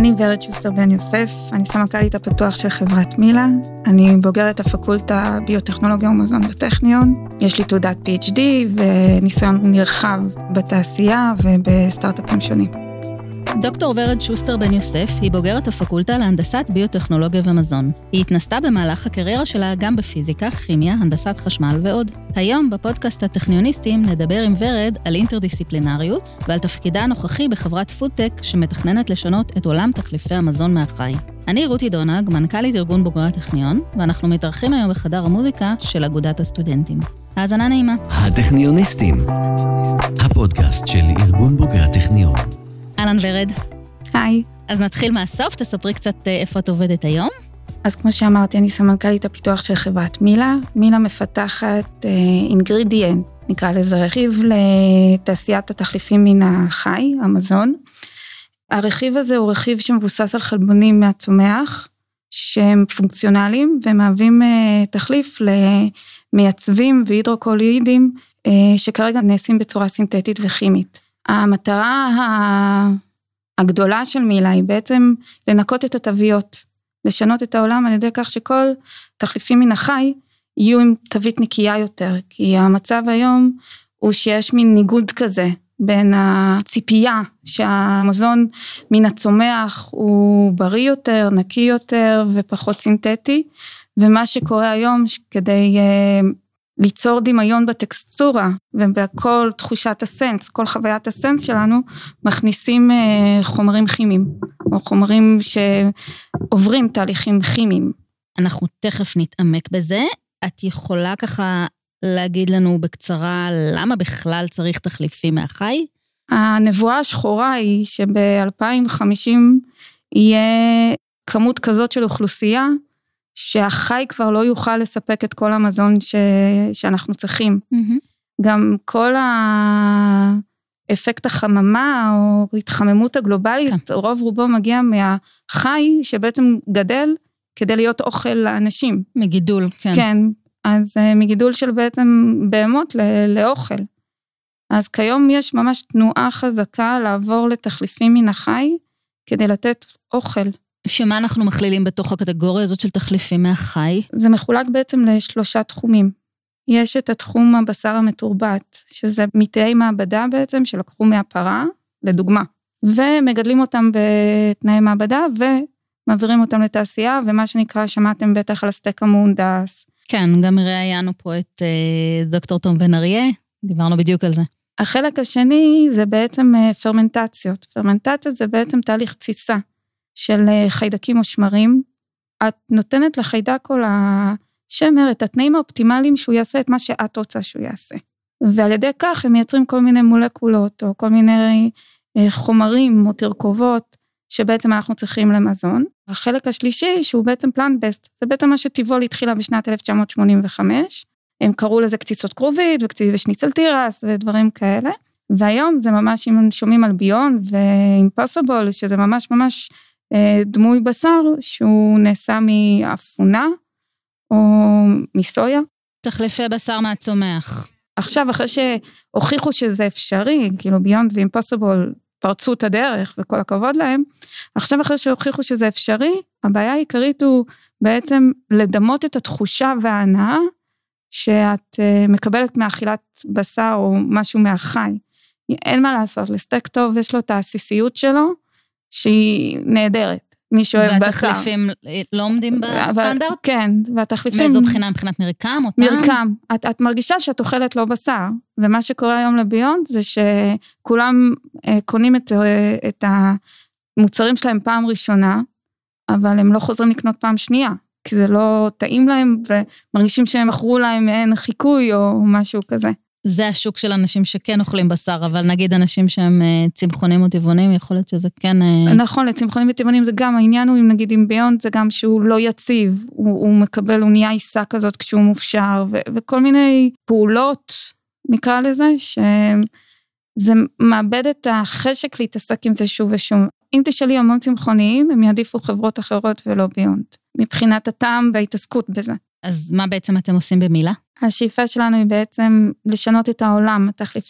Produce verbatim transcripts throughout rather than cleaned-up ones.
אני ורד שוסטר בן יוסף, אני סמנכ"לית הפתוח של חברת מילה, אני בוגרת הפקולטה ביוטכנולוגיה ומזון בטכניון, יש לי תעודת פי אייץ' די וניסיון נרחב בתעשייה ובסטארט-אפים שונים. דוקטור ורד שוסטר בן יוסף היא בוגרת הפקולטה להנדסת ביוטכנולוגיה ומזון. היא התנסתה במהלך הקריירה שלה גם בפיזיקה, כימיה, הנדסת חשמל ועוד. היום בפודקאסט הטכניוניסטים נדבר עם ורד על אינטרדיסציפלינריות ועל תפקידה הנוכחי בחברת פודטק שמתכננת לשנות את עולם תחליפי המזון מהחי. אני רותי דונג, מנכ"לית ארגון בוגרי הטכניון, ואנחנו מתארחים היום בחדר המוזיקה של אגודת הסטודנטים. האזנה נעימה. הטכניוניסטים, הפודקאסט של ארגון בוגרי הטכניון. אהלן ורד. היי. אז נתחיל מהסוף, תספרי קצת איפה את עובדת היום. אז כמו שאמרתי, אני סמנכ"לית הפיתוח של חברת מילה. מילה מפתחת אינגרידיאנט, נקרא לזה רכיב לתעשיית התחליפים מן החי, המזון. הרכיב הזה הוא רכיב שמבוסס על חלבונים מהצומח, שהם פונקציונליים ומהווים תחליף למייצבים והידרוקולואידים, שכרגע נעשים בצורה סינתטית וכימית. המטרה הגדולה של מילה היא בעצם לנקות את התוויות, לשנות את העולם על ידי כך שכל תחליפים מן החי יהיו עם תווית נקייה יותר, כי המצב היום הוא שיש מין ניגוד כזה, בין הציפייה שהמזון מן הצומח הוא בריא יותר, נקי יותר ופחות סינתטי, ומה שקורה היום כדי ליצור דמיון בטקסטורה, ובכל תחושת הסנס, כל חוויית הסנס שלנו, מכניסים חומרים כימיים, או חומרים שעוברים תהליכים כימיים. אנחנו תכף נתעמק בזה. את יכולה ככה להגיד לנו בקצרה, למה בכלל צריך תחליפים מהחי? הנבואה השחורה היא שב-אלפיים וחמישים יהיה כמות כזאת של אוכלוסייה, שהחי כבר לא יוכל לספק את כל המזון ש... שאנחנו צריכים. Mm-hmm. גם כל האפקט החממה, או התחממות הגלובלית, כן. רוב רובו מגיע מהחי, שבעצם גדל כדי להיות אוכל לאנשים. מגידול, כן. כן, אז מגידול של בעצם בהמות לאוכל. אז כיום יש ממש תנועה חזקה לעבור לתחליפים מן החי, כדי לתת אוכל. שמה אנחנו מכלילים בתוך הקטגוריה הזאת של תחליפים מהחי? זה מחולק בעצם לשלושה תחומים. יש את התחום הבשר המתורבת, שזה מתאי מעבדה בעצם, שלקחו מהפרה, לדוגמה, ומגדלים אותם בתנאי מעבדה, ומעבירים אותם לתעשייה, ומה שנקרא, שמעתם בטח על הסטייק המהונדס. כן, גם ראיינו פה את דוקטור תום בן אריה, דיברנו בדיוק על זה. החלק השני זה בעצם פרמנטציות. פרמנטציות זה בעצם תהליך תסיסה. של חיידקים או שמרים, את נותנת לחיידק או לשמר את התנאים האופטימליים שהוא יעשה את מה שאת רוצה שהוא יעשה. ועל ידי כך הם מייצרים כל מיני מולקולות, או כל מיני חומרים או תרכובות, שבעצם אנחנו צריכים למזון. החלק השלישי, שהוא בעצם פלנט-בסט, זה בעצם מה שטיבול התחילה בשנת אלף תשע מאות שמונים וחמש, הם קראו לזה קציצות כרובית, ושניצל תירס ודברים כאלה, והיום זה ממש, אם שומעים על ביון ואימפוסיבול, שזה ממש ממש דמוי בשר שהוא נעשה מאפונה או מסויה. תחליפי בשר מהצומח. עכשיו, אחרי שהוכיחו שזה אפשרי, כאילו ביונד ואימפוסיבול פרצו את הדרך וכל הכבוד להם, עכשיו אחרי שהוכיחו שזה אפשרי, הבעיה העיקרית הוא בעצם לדמות את התחושה וההנאה שאת מקבלת מאכילת בשר או משהו מהחי. אין מה לעשות, לסטייק טוב יש לו את העסיסיות שלו, שהיא נהדרת, מי שאוהב בשר. והתחליפים לא עומדים בסטנדרט? כן, והתחליפים... מאיזו בחינה, מבחינת מרקם או טעם? מרקם. את, את מרגישה שאת אוכלת לא בשר, ומה שקורה היום לביונד, זה שכולם קונים את, את המוצרים שלהם פעם ראשונה, אבל הם לא חוזרים לקנות פעם שנייה, כי זה לא טעים להם, ומרגישים שהם מכרו להם מעין חיקוי או משהו כזה. זה השוק של אנשים שכן אוכלים בשר, אבל נגיד אנשים שהם צמחונים או טבעונים, יכול להיות שזה כן... נכון, לצמחונים וטבעונים זה גם, העניין הוא, אם נגיד עם ביונד, זה גם שהוא לא יציב, הוא, הוא מקבל, הוא נהיה עיסה כזאת כשהוא מופשר, ו- וכל מיני פעולות, נקרא לזה, שזה מאבד את החשק להתעסק עם זה שוב ושוב. אם תשאלי המון צמחוניים, הם יעדיפו חברות אחרות ולא ביונד, מבחינת הטעם וההתעסקות בזה. אז מה בעצם אתם עושים במילה? השאיפה שלנו היא בעצם לשנות את העולם, התחליפים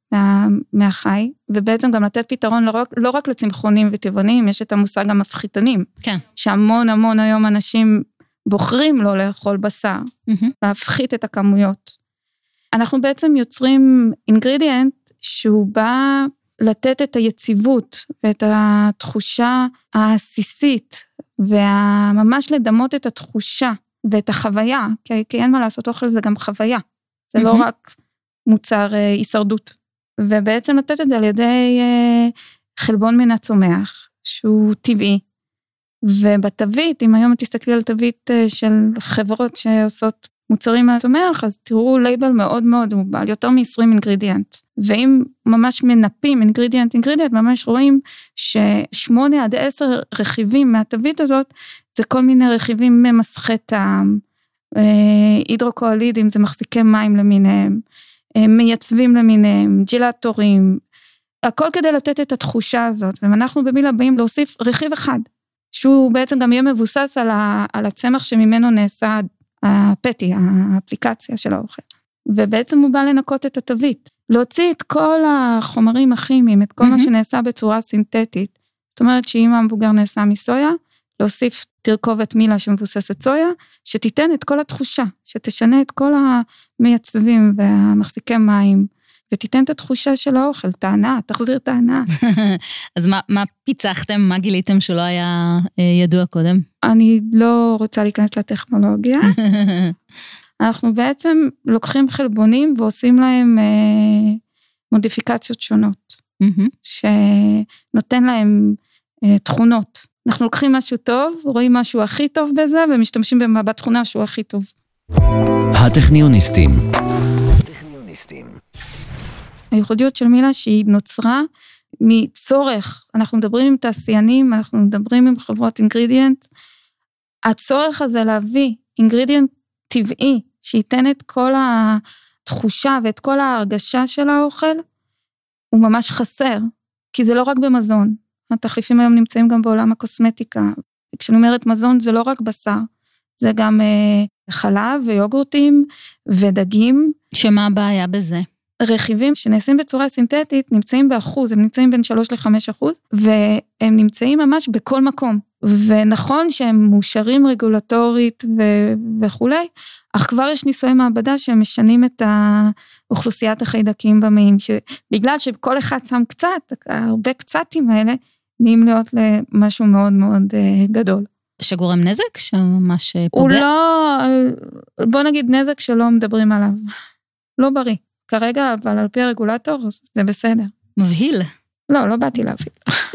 מה, מהחי, ובעצם גם לתת פתרון לא רק, לא רק לצמחונים וטבעונים, יש את המושג המפחיתנים, כן. שהמון המון היום אנשים בוחרים לא לאכול בשר, mm-hmm. להפחית את הכמויות. אנחנו בעצם יוצרים אינגרידיאנט שהוא בא לתת את היציבות ואת התחושה העסיסית, וממש לדמות את התחושה ואת החוויה, כי, כי אין מה לעשות, אוכל זה גם חוויה, זה mm-hmm. לא רק מוצר אה, הישרדות, ובעצם לתת את זה על ידי אה, חלבון מן הצומח, שהוא טבעי, ובתווית, אם היום תסתכלי על תווית אה, של חברות שעושות מוצרים מהצומח, אז תראו לייבל מאוד מאוד, הוא בעל יותר מ-עשרים אינגרידיאנט, ואם ממש מנפים אינגרידיאנט אינגרידיאנט, ממש רואים ששמונה עד עשר רכיבים מהתווית הזאת, זה כל מיני רכיבים ממסכי טעם, הידרוקואלידים, זה מחזיקי מים למיניהם, מייצבים למיניהם, ג'ילטורים, הכל כדי לתת את התחושה הזאת, ואנחנו במילה באים להוסיף רכיב אחד, שהוא בעצם גם יהיה מבוסס על, ה, על הצמח שממנו נעשה הפטי, האפליקציה של האוכל, ובעצם הוא בא לנקות את התווית, להוציא את כל החומרים הכימיים, את כל mm-hmm. מה שנעשה בצורה סינתטית, זאת אומרת שאם המבוגר נעשה מסויה, להוסיף תרכובת מילה שמבוססת סויה, שתיתן את כל התחושה, שתשנה את כל המייצבים והמחזיקי מים, ותיתן את התחושה של האוכל, טענה, תחזיר טענה. אז מה, מה פיצחתם, מה גיליתם שלא היה ידוע קודם? אני לא רוצה להיכנס לטכנולוגיה. אנחנו בעצם לוקחים חלבונים ועושים להם אה, מודיפיקציות שונות, mm-hmm. שנותן להם אה, תכונות. אנחנו לוקחים משהו טוב, רואים משהו הכי טוב בזה, ומשתמשים במבט תכונה שהוא הכי טוב. הטכניוניסטים. הייחודיות של מילה שהיא נוצרה מצורך, אנחנו מדברים עם תעשיינים, אנחנו מדברים עם חברות אינגרידיאנט, הצורך הזה להביא אינגרידיאנט טבעי, שייתן את כל התחושה ואת כל ההרגשה של האוכל, הוא ממש חסר, כי זה לא רק במזון, התחליפים היום נמצאים גם בעולם הקוסמטיקה, כשאני אומרת מזון זה לא רק בשר, זה גם אה, חלב ויוגורטים ודגים. שמה הבעיה בזה? רכיבים שנעשים בצורה סינתטית נמצאים באחוז, הם נמצאים בין שלוש לחמש אחוז, והם נמצאים ממש בכל מקום, ונכון שהם מאושרים רגולטורית ו- וכולי, אך כבר יש ניסויי מעבדה שהם משנים את האוכלוסיית החיידקים במאים, שבגלל שכל אחד שם קצת, הרבה קצתים האלה, נהיים להיות למשהו מאוד מאוד גדול. שגורם נזק? שממש פוגע? הוא לא, בוא נגיד נזק שלא מדברים עליו, לא בריא. כרגע, אבל על פי הרגולטור, זה בסדר. מבהיל. לא, לא באתי להבהיל.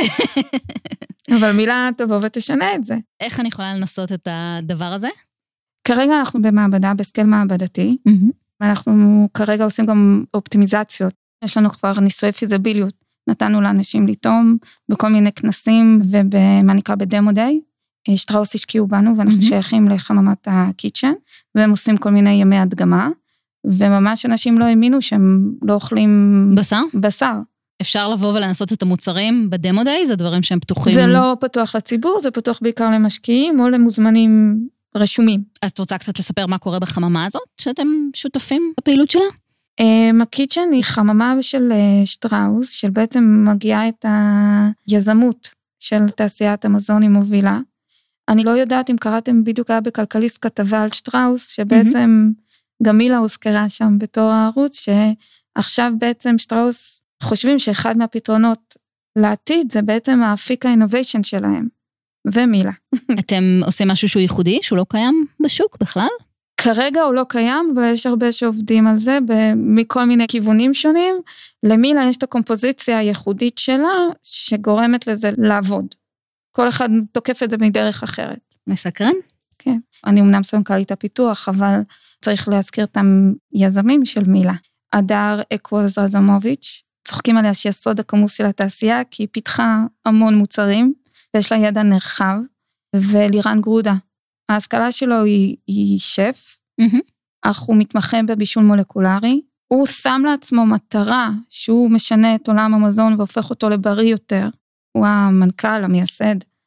אבל מילה תבוא ותשנה את זה. איך אני יכולה לנסות את הדבר הזה? כרגע אנחנו במעבדה, בסקל מעבדתי, ואנחנו כרגע עושים גם אופטימיזציות. יש לנו כבר ניסוי פיזביליות. נתנו לאנשים לטעום בכל מיני כנסים, ובמה נקרא בדמו דיי. שטראוס השקיעו בנו, ואנחנו שייכים לחממת הקיצ'ן, והם עושים כל מיני ימי הדגמה, וממש אנשים לא האמינו שהם לא אוכלים בשר? בשר. אפשר לבוא ולנסות את המוצרים בדמו דיי, זה דברים שהם פתוחים? זה לא פתוח לציבור, זה פתוח בעיקר למשקיעים או למוזמנים רשומים. אז את רוצה קצת לספר מה קורה בחממה הזאת, שאתם שותפים בפעילות שלה? הקיצ'ן היא חממה של שטראוס, של בעצם מגיעה את היזמות של תעשיית המזון, היא מובילה. אני לא יודעת אם קראתם בדיוק היה בכלכליסט כתבה על שטראוס, שבעצם גם מילה הוזכרה שם בתור הערוץ, שעכשיו בעצם שטראוס חושבים שאחד מהפתרונות לעתיד, זה בעצם האפיק האינוביישן שלהם, ומילה. אתם עושים משהו שהוא ייחודי, שהוא לא קיים בשוק בכלל? כרגע הוא לא קיים, אבל יש הרבה שעובדים על זה, מכל מיני כיוונים שונים, למילה יש את הקומפוזיציה הייחודית שלה, שגורמת לזה לעבוד. כל אחד תוקף את זה מדרך אחרת. מסקרן? כן. אני אמנם סמנכ"לית הפיתוח, אבל צריך להזכיר את היזמים של מילה. אדר אקווז רזמוביץ', צוחקים עליה שהיא הסוד הכמוס של התעשייה, כי היא פיתחה המון מוצרים, ויש לה ידע נרחב, ולירן גרודה, ההשכלה שלו היא, היא שף, mm-hmm. אך הוא מתמחה בבישול מולקולרי, הוא שם לעצמו מטרה, שהוא משנה את עולם המזון, והופך אותו לבריא יותר, הוא המנכ"ל, המייסד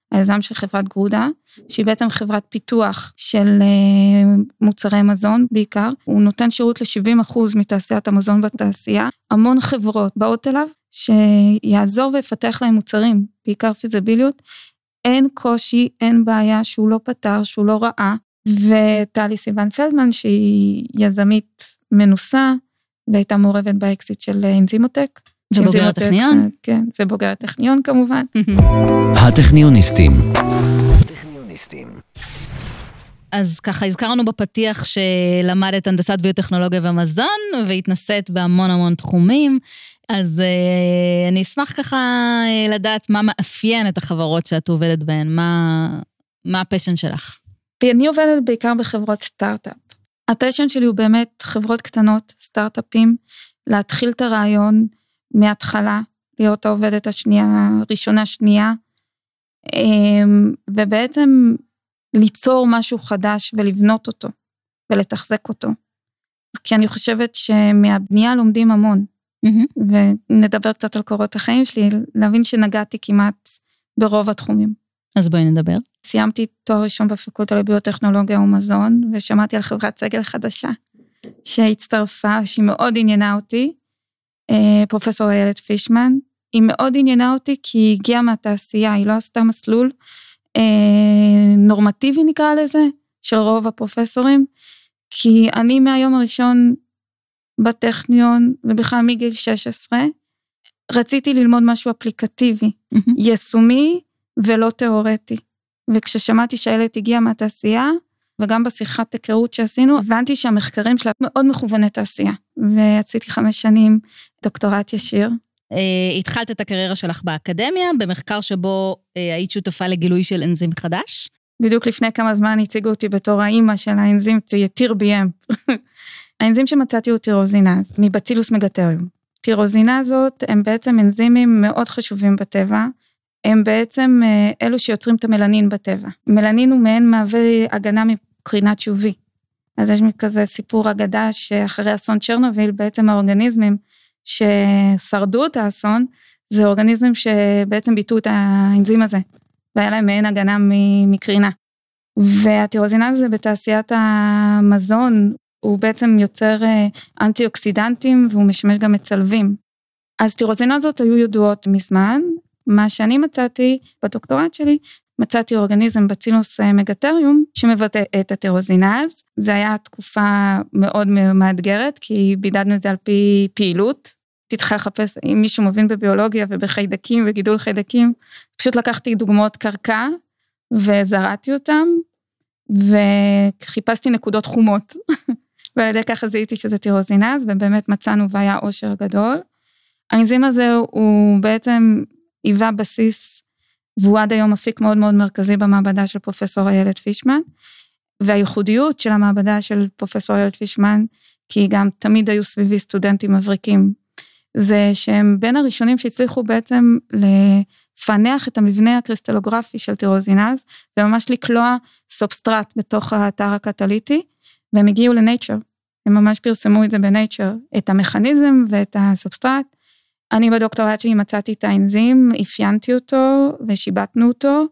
היזם של חברת גרודה, שהיא בעצם חברת פיתוח של מוצרי מזון בעיקר, הוא נותן שירות ל-שבעים אחוז מתעשיית המזון בתעשייה, המון חברות באות אליו, שיעזור ויפתח להם מוצרים, בעיקר פיזיביליות, אין קושי, אין בעיה שהוא לא פתר, שהוא לא ראה, וטלי סיוון פלדמן, שהיא יזמית מנוסה, והייתה מעורבת באקסיט של אנזימוטק. ובוגרת טכניון. כן, ובוגרת טכניון כמובן. הטכניוניסטים. הטכניוניסטים. אז ככה הזכרנו בפתיח שלמדת הנדסת ביוטכנולוגיה ומזון, והתנסית בהמון המון תחומים, אז אה, אני אשמח ככה אה, לדעת מה מאפיין את החברות שאת עובדת בהן, מה, מה הפשן שלך? אני עובדת בעיקר בחברות סטארט-אפ. הפשן שלי הוא באמת חברות קטנות, סטארט-אפים, להתחיל את הרעיון מההתחלה, להיות העובדת השנייה, ראשונה שנייה, ובעצם ליצור משהו חדש ולבנות אותו, ולתחזק אותו. כי אני חושבת שמהבנייה לומדים המון, mm-hmm. ונדבר קצת על קורות החיים שלי, להבין שנגעתי כמעט ברוב התחומים. אז בואי נדבר. סיימתי תואר ראשון בפקולטה לביוטכנולוגיה ומזון, ושמעתי על חברת סגל חדשה, שהצטרפה, שהיא מאוד עניינה אותי, פרופסור איילת פישמן, היא מאוד עניינה אותי, כי היא הגיעה מהתעשייה, היא לא עשתה מסלול, נורמטיבי נקרא לזה, של רוב הפרופסורים, כי אני מהיום הראשון בטכניון, ובכלל מגיל שש עשרה, רציתי ללמוד משהו אפליקטיבי, mm-hmm. יישומי ולא תיאורטי. וכששמעתי שהילד הגיע מהתעשייה, וגם בשיחת היכרות שעשינו, הבנתי שהמחקרים שלה מאוד מכווני תעשייה. ועשיתי חמש שנים דוקטורט ישיר. התחלת את הקריירה שלך באקדמיה, במחקר שבו היית שותפה לגילוי של אנזים חדש? בדיוק לפני כמה זמן הציגו אותי בתור האימא של האנזים, תיר בי אם. האנזים שמצאתי הוא טירוזינז, מבצילוס מגטריום. טירוזינז הזאת הם בעצם אנזימים מאוד חשובים בטבע, הם בעצם אלו שיוצרים את המלנין בטבע. מלנין הוא מעין מהווה הגנה מקרינת יו וי. אז יש כזה סיפור אגדה שאחרי אסון צ'רנוביל, בעצם האורגניזמים ששרדו את האסון, זה אורגניזמים שבעצם ביטו את האנזים הזה, והיה להם מעין הגנה מקרינה. והטירוזינז הזה בתעשיית המזון, הוא בעצם יוצר אנטי-אוקסידנטים, והוא משמש גם מצלבים. אז טירוזינזות היו ידועות מזמן, מה שאני מצאתי בדוקטורט שלי, מצאתי אורגניזם בצילוס מגטריום, שמבטא את הטירוזינז, זה היה תקופה מאוד מאתגרת, כי בידדנו את זה על פי פעילות, תתחיל לחפש אם מישהו מבין בביולוגיה ובחיידקים וגידול חיידקים, פשוט לקחתי דוגמאות קרקע, וזרעתי אותם, וחיפשתי נקודות חומות, ועל ידי ככה זיהיתי שזה טירוזינז, ובאמת מצאנו והיה עושר גדול. האנזים הזה הוא בעצם היווה בסיס, והוא עד היום אפיק מאוד מאוד מרכזי במעבדה של פרופסור איילת פישמן, והייחודיות של המעבדה של פרופסור איילת פישמן, כי גם תמיד היו סביבי סטודנטים מבריקים, זה שהם בין הראשונים שהצליחו בעצם לפענח את המבנה הקריסטלוגרפי של טירוזינז, וממש לקלוע סובסטרט בתוך האתר הקטליטי, והם הגיעו לנייצ'ר, הם ממש פרסמו את זה בנייצ'ר, את המכניזם ואת הסובסטרט, אני בדוקטורט שלי מצאתי את האנזים, אפיינתי אותו ושיבטנו אותו,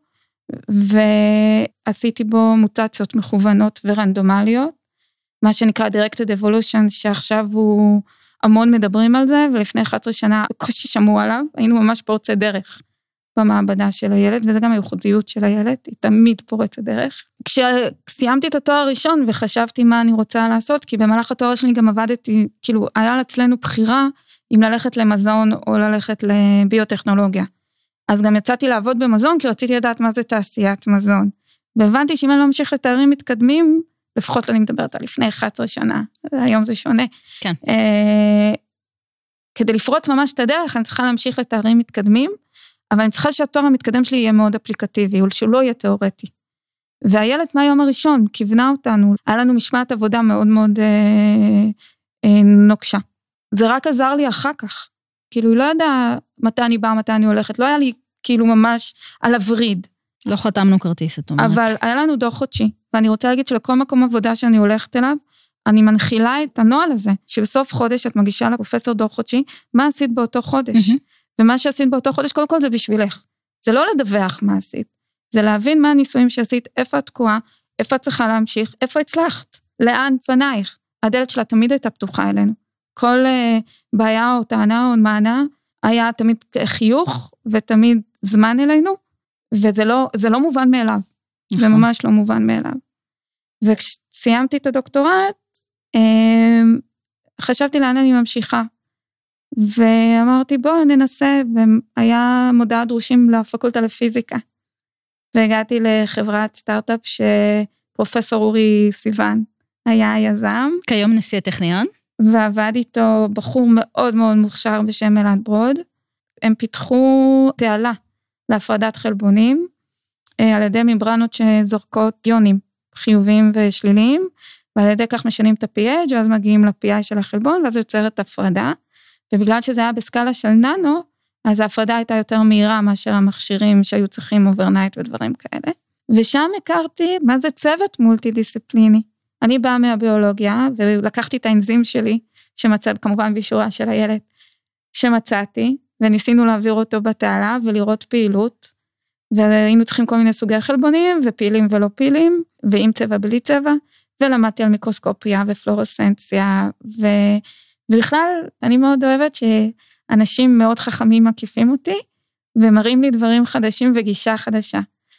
ועשיתי בו מוטציות מכוונות ורנדומליות, מה שנקרא Directed Evolution, שעכשיו הוא המון מדברים על זה, ולפני אחת עשרה שנה קושי שמעו עליו, היינו ממש פורצי דרך במעבדה של הילד, וזה גם הייחודיות של הילד, היא תמיד פורצת דרך. כשסיימתי את התואר הראשון וחשבתי מה אני רוצה לעשות, כי במהלך התואר שלי גם עבדתי, כאילו היה אצלנו בחירה, אם ללכת למזון או ללכת לביוטכנולוגיה. אז גם יצאתי לעבוד במזון, כי רציתי לדעת מה זה תעשיית מזון. והבנתי שאם אני לא ממשיך לתארים מתקדמים, לפחות אני מדברת על לפני אחת עשרה שנה, היום זה שונה. כן. אה, כדי לפרוץ ממש את הדרך, אני צריכה להמשיך לתארים מתקדמים, אבל אני צריכה שהתואר המתקדם שלי יהיה מאוד אפליקטיבי, או שהוא לא יהיה תיאורטי. והילד מהיום הראשון כיוונה אותנו, היה לנו משמעת עבודה מאוד מאוד אה, אה, נוקשה. זה רק עזר לי אחר כך, כאילו היא לא ידעה מתי אני באה, מתי אני הולכת, לא היה לי כאילו ממש על הווריד. לא חתמנו כרטיס, את אומרת. אבל היה לנו דוח חודשי, ואני רוצה להגיד שלכל מקום עבודה שאני הולכת אליו, אני מנחילה את הנוהל הזה, שבסוף חודש את מגישה לפרופסור דוח חודשי, מה עשית באותו חודש? ומה שעשית באותו חודש, קודם כל זה בשבילך. זה לא לדווח מה עשית, זה להבין מה הניסויים שעשית, איפה את תקועה, איפה את צריכה להמשיך, איפה הצלחת, לאן פנייך. הדלת שלה תמיד הייתה פתוחה אלינו. כל uh, בעיה או טענה או מענה, היה תמיד חיוך ותמיד זמן אלינו, וזה לא, זה לא מובן מאליו. נכון. זה ממש לא מובן מאליו. וכשסיימתי את הדוקטורט, um, חשבתי לאן אני ממשיכה. ואמרתי, בוא ננסה, והיה מודעת דרושים לפקולטה לפיזיקה. והגעתי לחברת סטארט-אפ שפרופסור אורי סיוון היה היזם. כיום נשיא הטכניון. ועבד איתו בחור מאוד מאוד מוכשר בשם אלעד ברוד. הם פיתחו תעלה להפרדת חלבונים, על ידי ממברנות שזורקות יונים חיוביים ושליליים, ועל ידי כך משנים את ה-פי אייץ' ואז מגיעים ל-פי איי של החלבון, ואז יוצרת הפרדה. ובגלל שזה היה בסקאלה של ננו, אז ההפרדה הייתה יותר מהירה מאשר המכשירים שהיו צריכים אוברנייט ודברים כאלה. ושם הכרתי מה זה צוות מולטי-דיסציפליני. אני באה מהביולוגיה, ולקחתי את האנזים שלי, שמצא, כמובן באישורה של הילד, שמצאתי, וניסינו להעביר אותו בתעלה, ולראות פעילות, והיינו צריכים כל מיני סוגי חלבונים, ופעילים ולא פעילים, ועם צבע בלי צבע, ולמדתי על מיקרוסקופיה ופלורסנציה, ו... ובכלל, אני מאוד אוהבת שאנשים מאוד חכמים מקיפים אותי, ומראים לי דברים חדשים וגישה חדשה.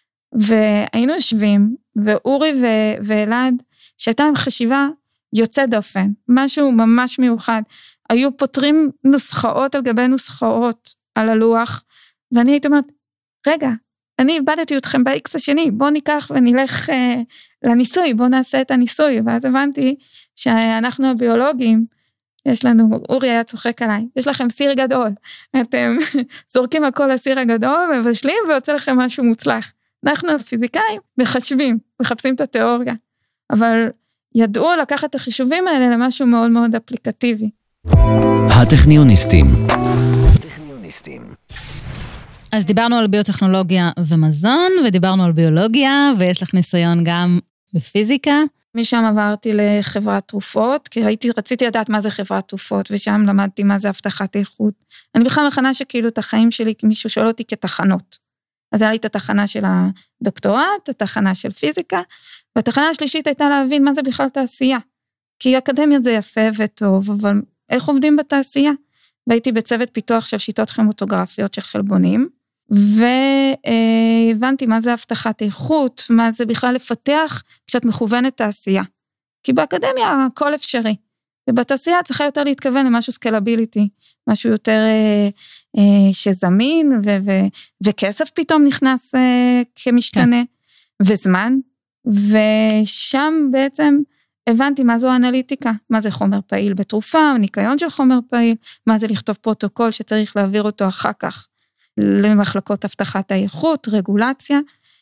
והיינו יושבים, ואורי ו- ואלעד, שהייתה עם חשיבה יוצא דופן, משהו ממש מיוחד, היו פותרים נוסחאות על גבי נוסחאות על הלוח, ואני הייתי אומרת, רגע, אני איבדתי אתכם ב-X השני, בוא ניקח ונלך אה, לניסוי, בוא נעשה את הניסוי, ואז הבנתי שאנחנו הביולוגים, יש לנו, אורי היה צוחק עליי, יש לכם סיר גדול, אתם זורקים הכל לסיר הגדול, מבשלים ויוצא לכם משהו מוצלח. אנחנו הפיזיקאים מחשבים, מחפשים את התיאוריה, אבל ידעו לקחת את החישובים האלה למשהו מאוד מאוד אפליקטיבי. הטכניוניסטים. הטכניוניסטים. אז דיברנו על ביוטכנולוגיה ומזון, ודיברנו על ביולוגיה, ויש לך ניסיון גם בפיזיקה. משם עברתי לחברת תרופות, כי ראיתי, רציתי לדעת מה זה חברת תרופות, ושם למדתי מה זה הבטחת איכות. אני בכלל מכנה שכאילו את החיים שלי, מישהו שואל אותי כתחנות. אז היה לי את התחנה של הדוקטורט, התחנה של פיזיקה, והתחנה השלישית הייתה להבין מה זה בכלל תעשייה. כי אקדמיה זה יפה וטוב, אבל איך עובדים בתעשייה? והייתי בצוות פיתוח של שיטות כימטוגרפיות של חלבונים, והבנתי מה זה הבטחת איכות, מה זה בכלל לפתח כשאת מכוונת תעשייה. כי באקדמיה הכל אפשרי, ובתעשייה צריכה יותר להתכוון למשהו סקלביליטי, משהו יותר אה, אה, שזמין, ו- ו- וכסף פתאום נכנס אה, כמשתנה, כן. וזמן, ושם בעצם הבנתי מה זו האנליטיקה, מה זה חומר פעיל בתרופה, ניקיון של חומר פעיל, מה זה לכתוב פרוטוקול שצריך להעביר אותו אחר כך, למחלקות הבטחת האיכות, רגולציה,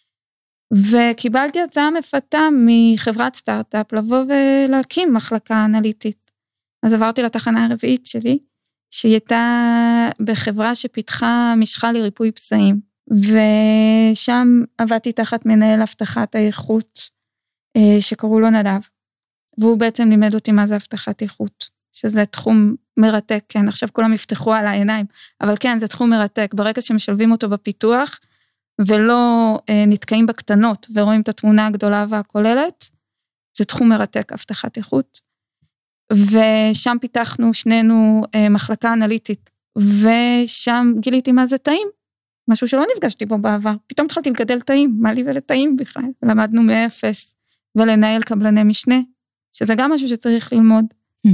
וקיבלתי הצעה מפתה מחברת סטארט-אפ, לבוא ולהקים מחלקה אנליטית. אז עברתי לתחנה הרביעית שלי, שהיא הייתה בחברה שפיתחה משחה לריפוי פצעים, ושם עבדתי תחת מנהל הבטחת האיכות, שקראו לו נדב, והוא בעצם לימד אותי מה זה הבטחת איכות, שזה תחום מרתק, כן, עכשיו כולם יפתחו על העיניים, אבל כן, זה תחום מרתק, ברגע שמשלבים אותו בפיתוח, ולא אה, נתקעים בקטנות, ורואים את התמונה הגדולה והכוללת, זה תחום מרתק, הבטחת איכות, ושם פיתחנו שנינו אה, מחלקה אנליטית, ושם גיליתי מה זה טעים, משהו שלא נפגשתי בו בעבר, פתאום התחלתי לגדל טעים, מה לי ולטעים בכלל, למדנו מאפס, ולנהל קבלני משנה, שזה גם משהו שצריך ללמוד, hmm.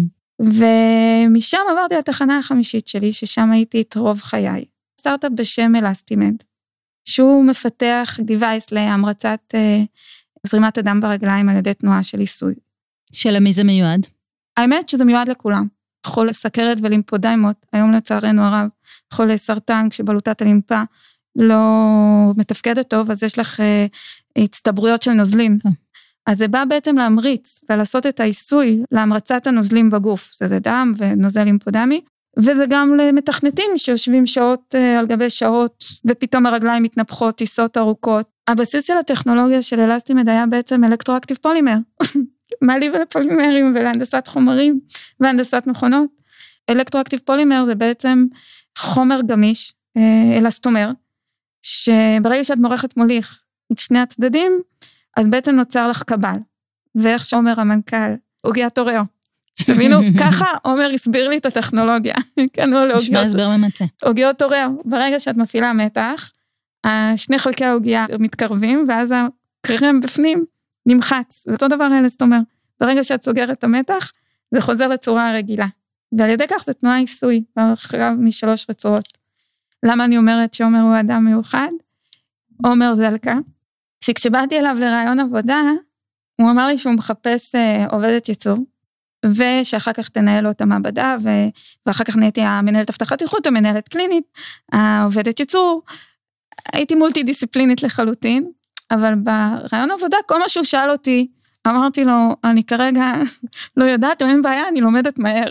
ומשם עברתי לתחנה החמישית שלי, ששם הייתי את רוב חיי, סטארט-אפ בשם אלסטימד, שהוא מפתח דיווייס להמרצת אה, זרימת הדם ברגליים על ידי תנועה של עיסוי. שלמי זה מיועד? האמת שזה מיועד לכולם, חולי סכרת ולימפודיימות, היום לצערנו הרב, חולי סרטן, כשבלוטת הלימפה לא מתפקדת טוב, אז יש לך אה, הצטברויות של נוזלים, hmm. אז זה בא בעצם להמריץ, ולעשות את העיסוי להמרצת הנוזלים בגוף, זה דם ונוזל לימפודמי, וזה גם למתכנתים שיושבים שעות על גבי שעות, ופתאום הרגליים מתנפחות, טיסות ארוכות. הבסיס של הטכנולוגיה של אלסטימד היה בעצם אלקטרואקטיב פולימר, מה לי ולפולימרים ולהנדסת חומרים והנדסת מכונות. אלקטרואקטיב פולימר זה בעצם חומר גמיש, אלסטומר, שברגע שאת מורחת מוליך, את שני הצדדים, אז בעצם נוצר לך קבל. ואיך שאומר המנכ"ל, עוגיה טוריאו. שתבינו, ככה עומר הסביר לי את הטכנולוגיה. נשמע הסבר ממצא. עוגיות טוריאו, ברגע שאת מפעילה מתח, שני חלקי העוגיה מתקרבים, ואז הקרם בפנים נמחץ. ואותו דבר אלה, זאת אומרת, ברגע שאת סוגרת את המתח, זה חוזר לצורה הרגילה. ועל ידי כך זה תנועה עיסוי, אחריו משלוש רצועות. למה אני אומרת שעומר הוא אדם מיוחד? עומר זלקה, שכשבאתי אליו לרעיון עבודה, הוא אמר לי שהוא מחפש עובדת ייצור, ושאחר כך תנהל לו את המעבדה, ואחר כך נהייתי המנהלת הבטחת איכות, המנהלת קלינית, העובדת ייצור, הייתי מולטי דיסציפלינית לחלוטין, אבל ברעיון עבודה, כל מה שהוא שאל אותי, אמרתי לו, אני כרגע לא יודעת, אין בעיה, אני לומדת מהר.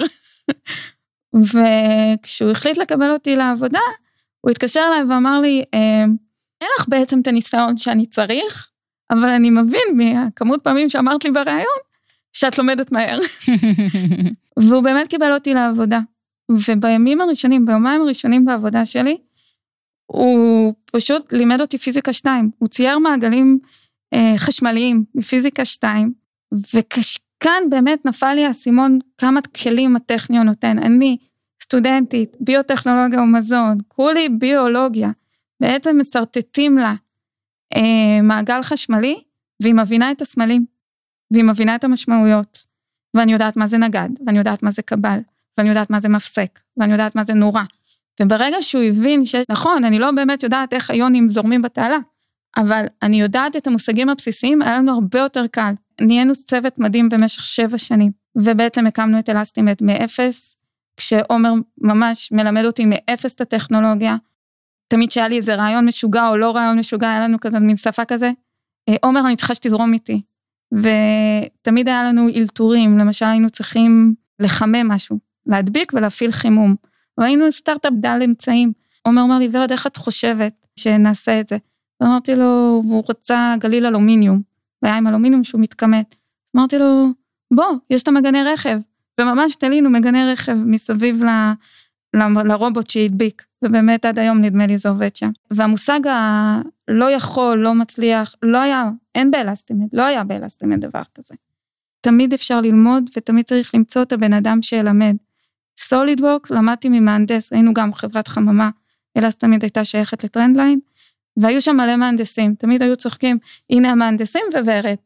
וכשהוא החליט לקבל אותי לעבודה, הוא התקשר אליי ואמר לי, אין לך בעצם את הניסיון שאני צריך, אבל אני מבין מהכמות פעמים שאמרת לי ברעיון, שאת לומדת מהר. והוא באמת קיבל אותי לעבודה. ובימים הראשונים, ביומיים הראשונים בעבודה שלי, הוא פשוט לימד אותי פיזיקה שתיים. הוא צייר מעגלים אה, חשמליים מפיזיקה שתיים, וכאן באמת נפל לי הסימון כמה כלים הטכניון נותן. אני סטודנטית, ביוטכנולוגיה ומזון, כולי ביולוגיה, בעצם מסרטטים לה אה, מעגל חשמלי, והיא מבינה את הסמלים, והיא מבינה את המשמעויות, ואני יודעת מה זה נגד, ואני יודעת מה זה קבל, ואני יודעת מה זה מפסק, ואני יודעת מה זה נורה. וברגע שהוא הבין שנכון, אני לא באמת יודעת איך היונים זורמים בתעלה, אבל אני יודעת את המושגים הבסיסיים, היה לנו הרבה יותר קל. נהיינו צוות מדהים במשך שבע שנים, ובעצם הקמנו את אלסטימט מאפס, כשעומר ממש מלמד אותי מאפס את הטכנולוגיה, תמיד שהיה לי איזה רעיון משוגע או לא רעיון משוגע, היה לנו כזה מין שפה כזה, עומר אני צריכה שתזרום איתי, ותמיד היה לנו אילתורים, למשל היינו צריכים לחמם משהו, להדביק ולהפעיל חימום, והיינו סטארט-אפ דל אמצעים, עומר אומר לי, ורד, איך את חושבת שנעשה את זה? ואמרתי לו, והוא רצה גליל אלומיניום, והיה עם אלומיניום שהוא מתכמת, אמרתי לו, בוא, יש את המגני רכב, וממש תלינו מגני רכב מסביב ל, ל, לרובוט שהדביק, ובאמת עד היום נדמה לי זה עובד שם. והמושג הלא יכול, לא מצליח, לא היה, אין באלסטימט, לא היה באלסטימט דבר כזה. תמיד אפשר ללמוד, ותמיד צריך למצוא את הבן אדם שילמד. סולידוורק, למדתי ממהנדס, היינו גם חברת חממה, אלסטימט הייתה שייכת לטרנדליין, והיו שם מלא מהנדסים, תמיד היו צוחקים, הנה המהנדסים וורד.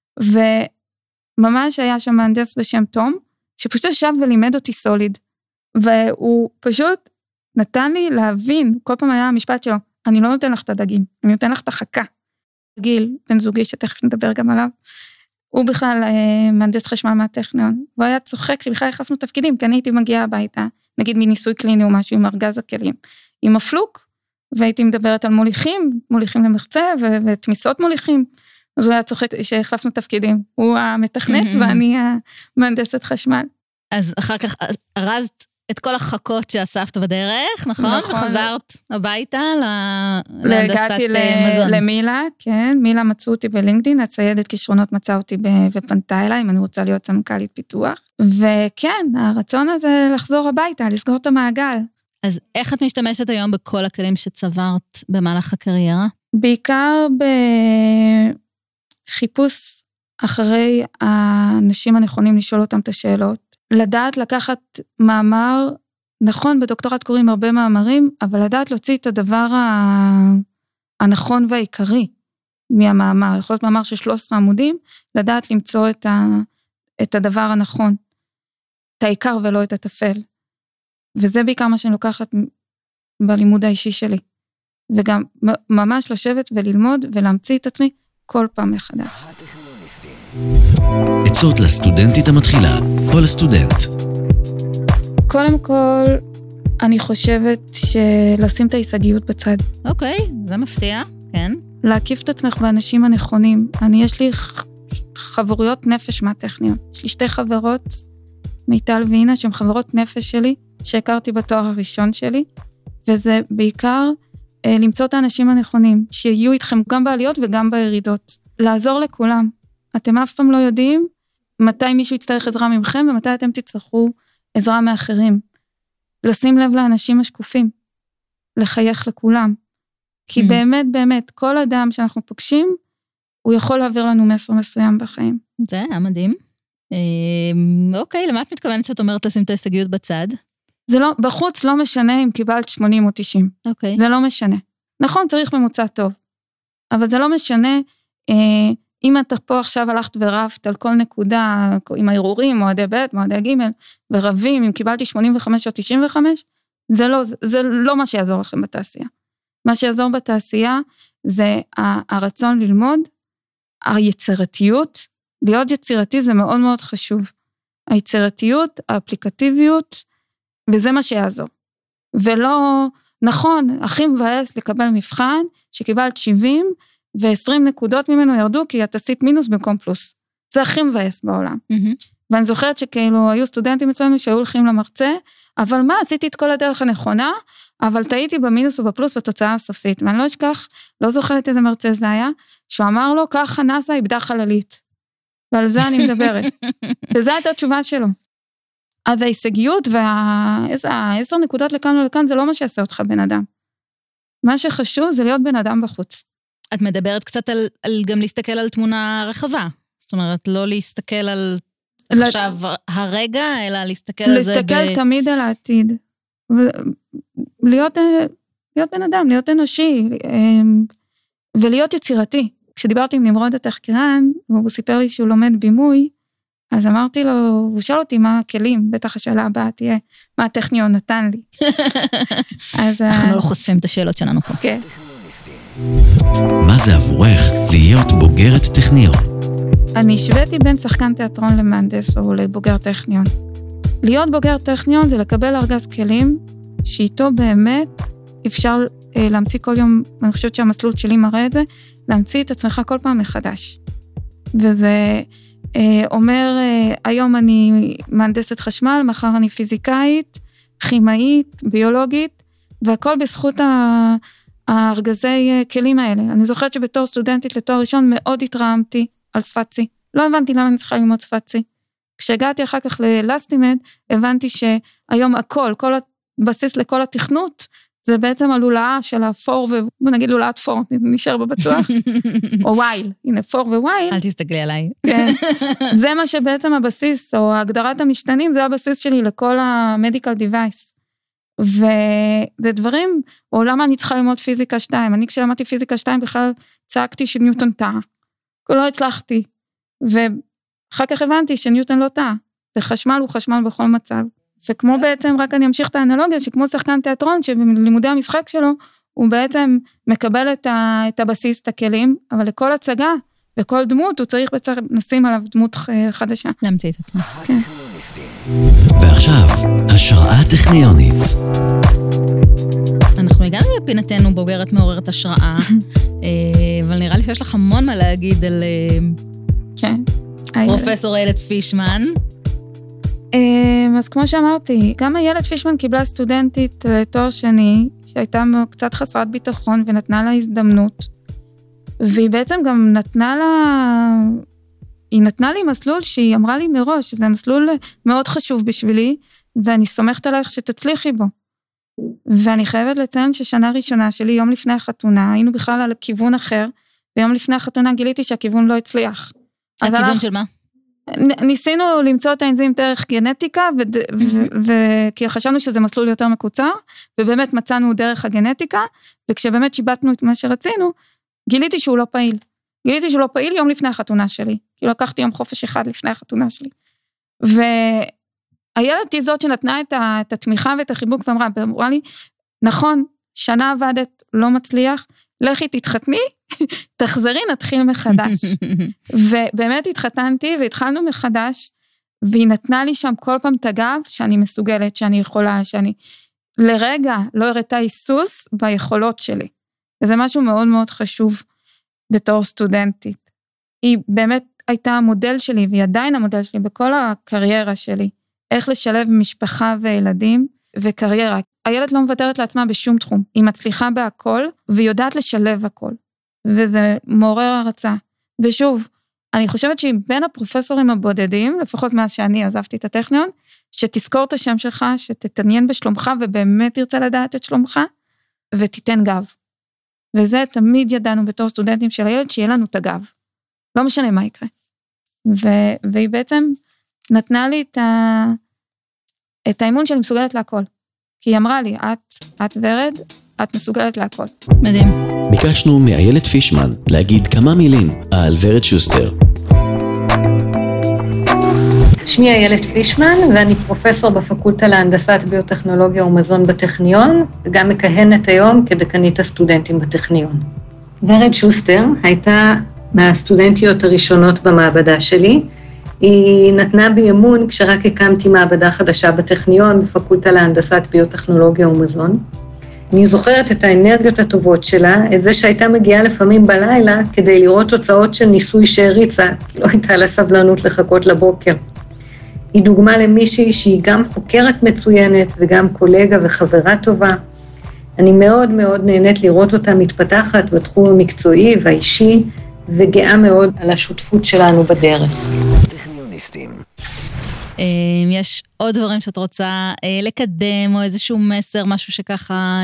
וממש היה שם מהנדס בשם תום, שפשוט ישב ולימד אותי סוליד, והוא פשוט נתן לי להבין, כל פעם היה המשפט שלו, אני לא נותן לך את הדגים, אני נותן לך את החכה. גיל, בן זוגי, שתכף נדבר גם עליו, הוא בכלל אה, מהנדס חשמל מהטכניון, הוא היה צוחק שבכלל החלפנו תפקידים, כי אני הייתי מגיעה הביתה, נגיד מניסוי קליני או משהו עם ארגז הכלים, עם הפלוק, והייתי מדברת על מוליכים, מוליכים למחצה, ו- ותמיסות מוליכים, אז הוא היה צוחק שהחלפנו תפקידים, הוא המתכנת ואני המהנדסת חשמל. אז אחר כך ארזת את כל החכות שאספת בדרך, נכון? נכון. וחזרת הביתה להנדסת מזון. למילה, כן, מילה מצאו אותי בלינקדין, הציידת כישרונות מצאה אותי ופנתה אליי, אם אני רוצה להיות סמנכ"לית פיתוח, וכן, הרצון הזה לחזור הביתה, לסגור את המעגל. אז איך את משתמשת היום בכל הכלים שצברת במהלך הקריירה? בעיקר בחיפוש אחרי האנשים הנכונים לשאול אותם את השאלות, לדעת לקחת מאמר, נכון, בדוקטורט קוראים הרבה מאמרים, אבל לדעת להוציא את הדבר הנכון והעיקרי מהמאמר, יכול להיות מאמר של שלושה עשר עמודים, לדעת למצוא את, ה, את הדבר הנכון, את העיקר ולא את הטפל. וזה בעיקר מה שאני לוקחת בלימוד האישי שלי. וגם ממש לשבת וללמוד ולהמציא את עצמי כל פעם מחדש. עצות לסטודנטית המתחילה, או לסטודנט. קודם כל, אני חושבת שלשים את ההישגיות בצד. אוקיי, זה מפתיע, כן. להקיף את עצמך באנשים הנכונים. אני, יש לי חברויות נפש מהטכניון. יש לי שתי חברות, מיטל ואינה, שהן חברות נפש שלי, שהכרתי בתואר הראשון שלי, וזה בעיקר אה, למצוא את האנשים הנכונים, שיהיו איתכם גם בעליות וגם בירידות. לעזור לכולם. אתם אף פעם לא יודעים מתי מישהו יצטרך עזרה ממכם, ומתי אתם תצטרכו עזרה מאחרים. לשים לב לאנשים השקופים, לחייך לכולם, כי באמת, באמת, כל אדם שאנחנו פוגשים, הוא יכול להעביר לנו מסר מסוים בחיים. זה היה מדהים. אוקיי, למה את מתכוונת שאת אומרת לשים את ההישגיות בצד? זה לא, בחוץ לא משנה אם קיבלת שמונים או תשעים. אוקיי. זה לא משנה. נכון, צריך ממוצע טוב. אבל זה לא משנה, אה, אם אתה פה עכשיו הלכת ורבת על כל נקודה, עם הערעורים, מועדי ב', מועדי ג', ורבים, אם קיבלתי שמונים וחמש או תשעים וחמש, זה לא, זה לא מה שיעזור לכם בתעשייה. מה שיעזור בתעשייה, זה הרצון ללמוד, היצירתיות, להיות יצירתי זה מאוד מאוד חשוב. היצירתיות, האפליקטיביות, וזה מה שיעזור. ולא, נכון, הכי מבאס לקבל מבחן, שקיבלת שבעים, ו-עשרים נקודות ממנו ירדו, כי את עשית מינוס במקום פלוס. זה הכי מבאס בעולם. Mm-hmm. ואני זוכרת שכאילו, היו סטודנטים אצלנו שהיו הולכים למרצה, אבל מה, עשיתי את כל הדרך הנכונה, אבל טעיתי במינוס ובפלוס בתוצאה הסופית. ואני לא אשכח, לא זוכרת איזה מרצה זה היה, שהוא אמר לו, ככה נאסא איבדה חללית. ועל זה אני מדברת. וזו הייתה התשובה שלו. אז ההישגיות והעשר נקודות לכאן ולכאן, זה לא מה שיעשה אותך בן אדם. מה שחשוב זה להיות בן אדם בחוץ. את מדברת קצת על, על גם להסתכל על תמונה רחבה. זאת אומרת, לא להסתכל על לת... עכשיו הרגע, אלא להסתכל על זה ב... להסתכל תמיד על העתיד. ולהיות להיות בן אדם, להיות אנושי, ולהיות יצירתי. כשדיברתי עם נמרוד התחקירן, והוא סיפר לי שהוא לומד בימוי, אז אמרתי לו, הוא שאל אותי מה הכלים, בטח השאלה הבאה תהיה, מה הטכניון נתן לי. אז... אנחנו לא חושפים את השאלות שלנו פה. כן. מה זה עבורך להיות בוגרת טכניון? אני השוויתי בין שחקן תיאטרון למהנדס או לבוגר טכניון. להיות בוגר טכניון זה לקבל ארגז כלים, שאיתו באמת אפשר אה, להמציא כל יום, אני חושבת שהמסלול שלי מראה את זה, להמציא את עצמך כל פעם מחדש. וזה אה, אומר, אה, היום אני מהנדסת חשמל, מחר אני פיזיקאית, כימאית, ביולוגית, והכל בזכות ה... הארגזי כלים האלה. אני זוכרת שבתור סטודנטית לתואר ראשון מאוד התרעמתי על שפת C. לא הבנתי למה אני צריכה ללמוד שפת C. כשהגעתי אחר כך ללסטימד, הבנתי שהיום הכל, כל הבסיס לכל התכנות, זה בעצם הלולאה של הפור, ובוא נגיד לולאת פור, נשאר בבטוח, או וייל, הנה פור ווייל. אל תסתכלי עליי. כן. זה מה שבעצם הבסיס, או הגדרת המשתנים, זה הבסיס שלי לכל המדיקל דיווייס. וזה דברים, או למה אני צריכה ללמוד פיזיקה שתיים, אני כשלמדתי פיזיקה שתיים בכלל צעקתי שניוטון טעה, לא הצלחתי, ואחר כך הבנתי שניוטון לא טעה, וחשמל הוא חשמל בכל מצב, וכמו בעצם, רק אני אמשיך את האנלוגיה, שכמו שחקן תיאטרון, שבלימודי המשחק שלו, הוא בעצם מקבל את, ה, את הבסיס, את הכלים, אבל לכל הצגה, וכל דמות, הוא צריך בעצם נשים עליו דמות חדשה. להמציא את עצמה. כן. ועכשיו, השראה טכניונית. אנחנו הגענו לפינתנו בוגרת מעוררת השראה, אבל נראה לי שיש לך המון מה להגיד על כן. פרופסור איילת פישמן. אז כמו שאמרתי, גם איילת פישמן קיבלה סטודנטית לתואר שני, שהייתה קצת חסרת ביטחון ונתנה לה הזדמנות, והיא בעצם גם נתנה לה... היא נתנה לי מסלול שהיא אמרה לי מראש, שזה מסלול מאוד חשוב בשבילי, ואני סומכת עלייך שתצליחי בו. ואני חייבת לציין ששנה ראשונה שלי, יום לפני החתונה, היינו בכלל על כיוון אחר, ויום לפני החתונה גיליתי שהכיוון לא הצליח. הכיוון הלך... של מה? ניסינו למצוא את האנזים דרך גנטיקה, כי חשבנו שזה מסלול יותר מקוצר, ובאמת מצאנו דרך הגנטיקה, וכשבאמת שיבטנו את מה שרצינו, גיליתי שהוא לא פעיל. גיליתי שהוא לא פעיל יום לפני החתונה שלי, כי לקחתי יום חופש אחד לפני החתונה שלי. והילד היא זאת שנתנה את, ה, את התמיכה ואת החיבוק, ואמרה, אמרה לי, נכון, שנה עבדת, לא מצליח, לכי תתחתני, תחזרי, נתחיל מחדש. ובאמת התחתנתי, והתחלנו מחדש, והיא נתנה לי שם כל פעם את הגב, שאני מסוגלת, שאני יכולה, שאני לרגע לא הראתה היסוס ביכולות שלי. וזה משהו מאוד מאוד חשוב, בתור סטודנטית. היא באמת הייתה המודל שלי, והיא עדיין המודל שלי בכל הקריירה שלי, איך לשלב משפחה וילדים וקריירה. הילד לא מוותרת לעצמה בשום תחום, היא מצליחה בהכל, והיא יודעת לשלב הכל, וזה מעורר הרצאה. ושוב, אני חושבת שהיא בין הפרופסורים הבודדים, לפחות מאז שאני עזבתי את הטכניון, שתזכור את השם שלך, שתתעניין בשלומך, ובאמת תרצה לדעת את שלומך, ותיתן גב. וזה תמיד ידענו בתור סטודנטים של הילד, שיהיה לנו את הגב. לא משנה מה יקרה. ו- והיא בעצם נתנה לי את, ה- את האמון שאני מסוגלת להכל. כי היא אמרה לי, את, את ורד, את מסוגלת להכל. מדהים. ביקשנו מאיילת פישמן להגיד כמה מילים על ורד שוסטר. שמי איילת פישמן, ואני פרופסור בפקולטה להנדסת ביוטכנולוגיה ומזון בטכניון, וגם מכהנת היום כדקנית הסטודנטים בטכניון. ורד שוסטר הייתה מהסטודנטיות הראשונות במעבדה שלי. היא נתנה בי אמון כשרק הקמתי מעבדה חדשה בטכניון, בפקולטה להנדסת ביוטכנולוגיה ומזון. אני זוכרת את האנרגיות הטובות שלה, את זה שהייתה מגיעה לפעמים בלילה, כדי לראות תוצאות של ניסוי שהריצה, כי לא הייתה לה סבלנות לחכות לבוקר. היא דוגמה למישהי שהיא גם חוקרת מצוינת, וגם קולגה וחברה טובה. אני מאוד מאוד נהנית לראות אותה מתפתחת בתחום המקצועי והאישי, וגאה מאוד על השותפות שלנו בדרך. טכניוניסטים. יש עוד דברים שאת רוצה לקדם, או איזשהו מסר, משהו שככה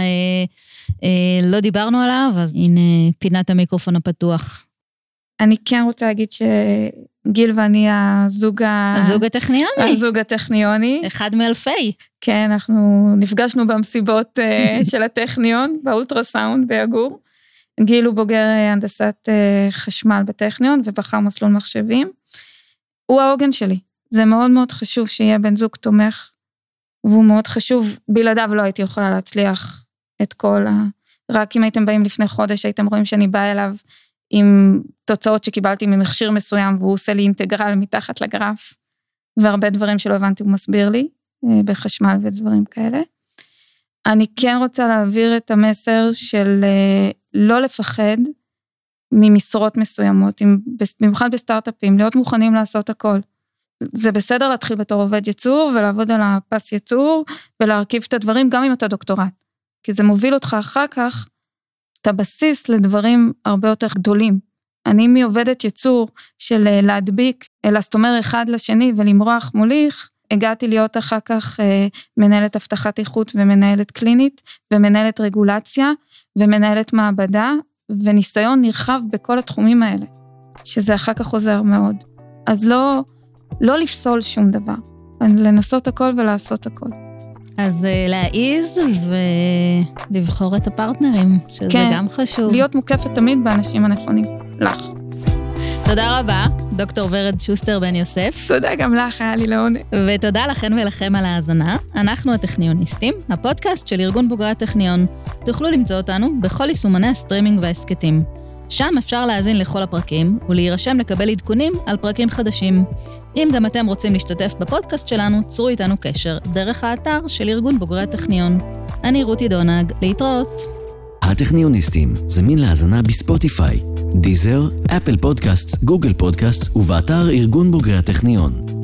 לא דיברנו עליו, אז הנה פינת המיקרופון הפתוח. אני כן רוצה להגיד שגיל ואני הזוג ה... הזוג הטכניוני. הזוג הטכניוני. אחד מאלפי. כן, אנחנו נפגשנו במסיבות של הטכניון, באולטרסאונד ביגור. גיל הוא בוגר הנדסת חשמל בטכניון, ובחר מסלול מחשבים. הוא העוגן שלי. זה מאוד מאוד חשוב שיהיה בן זוג תומך, והוא מאוד חשוב, בלעדיו לא הייתי יכולה להצליח את כל ה... רק אם הייתם באים לפני חודש, הייתם רואים שאני באה אליו עם תוצאות שקיבלתי ממכשיר מסוים, והוא עושה לי אינטגרל מתחת לגרף, והרבה דברים שלא הבנתי הוא מסביר לי, בחשמל ודברים כאלה. אני כן רוצה להעביר את המסר של לא לפחד ממשרות מסוימות, במיוחד בסטארט-אפים, להיות מוכנים לעשות הכל. זה בסדר להתחיל בתור עובד ייצור, ולעבוד על הפס ייצור, ולהרכיב את הדברים, גם אם אתה דוקטורט. כי זה מוביל אותך אחר כך, את הבסיס לדברים הרבה יותר גדולים. אני מעובדת ייצור של להדביק אלסטומר אחד לשני, ולמרוח מוליך, הגעתי להיות אחר כך מנהלת הבטחת איכות, ומנהלת קלינית, ומנהלת רגולציה, ומנהלת מעבדה, וניסיון נרחב בכל התחומים האלה, שזה אחר כך עוזר מאוד. אז לא... לא לפסול שום דבר, לנסות הכל ולעשות הכל. אז להעיז ולבחור את הפרטנרים, שזה כן, גם חשוב. להיות מוקפת תמיד באנשים הנכונים, לך. תודה רבה, דוקטור ורד שוסטר בן יוסף. תודה גם לך, היה לי לעונג. ותודה לכן ולכם על ההאזנה. אנחנו הטכניוניסטים, הפודקאסט של ארגון בוגרי הטכניון. תוכלו למצוא אותנו בכל יישומני הסטרימינג והעסקטים. שם אפשר להאזין לכל הפרקים ולהירשם לקבל עדכונים על פרקים חדשים. אם גם אתם רוצים להשתתף בפודקאסט שלנו, צרו איתנו קשר דרך האתר של ארגון בוגרי הטכניון. אני רותי דונג, להתראות. הטכניוניסטים זמין להאזנה בספוטיפיי, דיזר, אפל פודקאסט, גוגל פודקאסט ובאתר ארגון בוגרי הטכניון.